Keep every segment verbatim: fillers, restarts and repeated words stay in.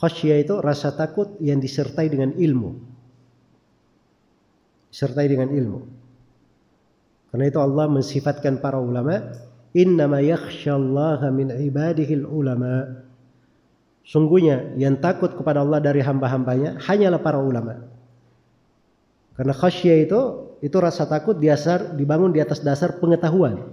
Khasyah itu rasa takut yang disertai dengan ilmu. Disertai dengan ilmu. Karena itu Allah mensifatkan para ulama, innama yakhsyallaha min ibadihil ulama. Sungguhnya yang takut kepada Allah dari hamba-hambanya hanyalah para ulama. Karena khasyah itu itu rasa takut dasar dibangun di atas dasar pengetahuan.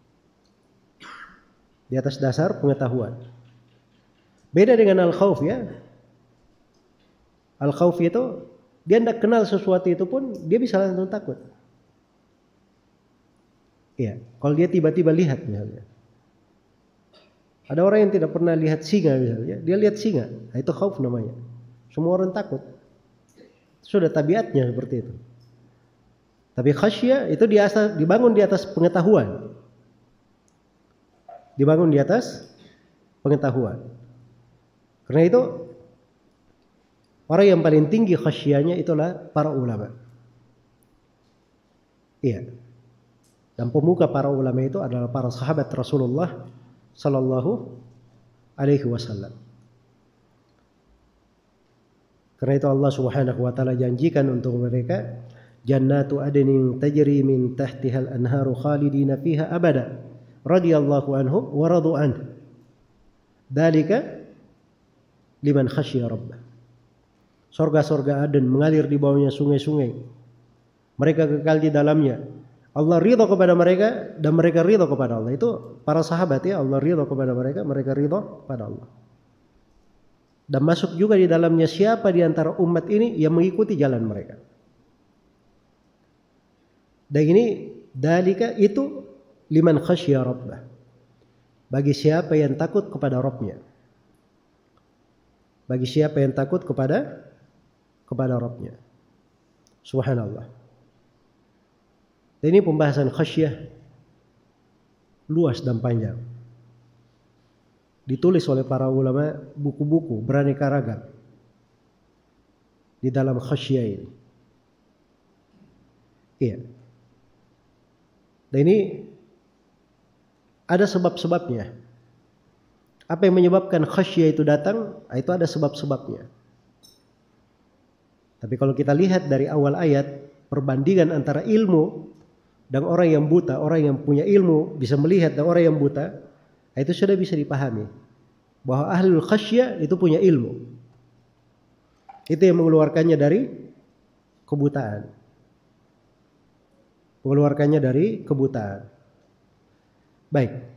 Di atas dasar pengetahuan. Beda dengan al-khauf ya. Al-khauf itu dia tidak kenal sesuatu itu pun dia bisa langsung takut. Iya, kalau dia tiba-tiba lihat misalnya. Ada orang yang tidak pernah lihat singa misalnya, dia lihat singa, nah, itu khauf namanya. Semua orang takut. Sudah tabiatnya seperti itu. Tapi khasyah itu di atas, dibangun di atas pengetahuan. Dibangun di atas pengetahuan. Karena itu orang yang paling tinggi khasyahnya itulah para ulama. Iya. Dan pemuka para ulama itu adalah para sahabat Rasulullah sallallahu alaihi wasallam. Karena itu Allah Subhanahu wa taala janjikan untuk mereka jannatu adnin tajri min tahtihal anharu khalidina fiha abada radhiyallahu anhum wa radu anhu. Dzalika liman khasyiya rabbah. Surga-surga Aden mengalir di bawahnya sungai-sungai. Mereka kekal di dalamnya. Allah ridha kepada mereka dan mereka ridha kepada Allah. Itu para sahabat ya, Allah ridha kepada mereka, mereka ridha kepada Allah. Dan masuk juga di dalamnya siapa di antara umat ini yang mengikuti jalan mereka. Dan ini dalika itu liman khasyiya rabbah. Bagi siapa yang takut kepada Rabbnya. Bagi siapa yang takut kepada kepada Rabbnya. Subhanallah. Dan ini pembahasan khasyah luas dan panjang. Ditulis oleh para ulama buku-buku beraneka ragam di dalam khasyah ini. Iya. Dan ini ada sebab-sebabnya. Apa yang menyebabkan khasyah itu datang? Itu ada sebab-sebabnya. Tapi kalau kita lihat dari awal ayat, perbandingan antara ilmu dan orang yang buta, orang yang punya ilmu bisa melihat dan orang yang buta, itu sudah bisa dipahami bahwa ahlul khasyah itu punya ilmu. Itu yang mengeluarkannya dari kebutaan. Mengeluarkannya dari kebutaan. Baik.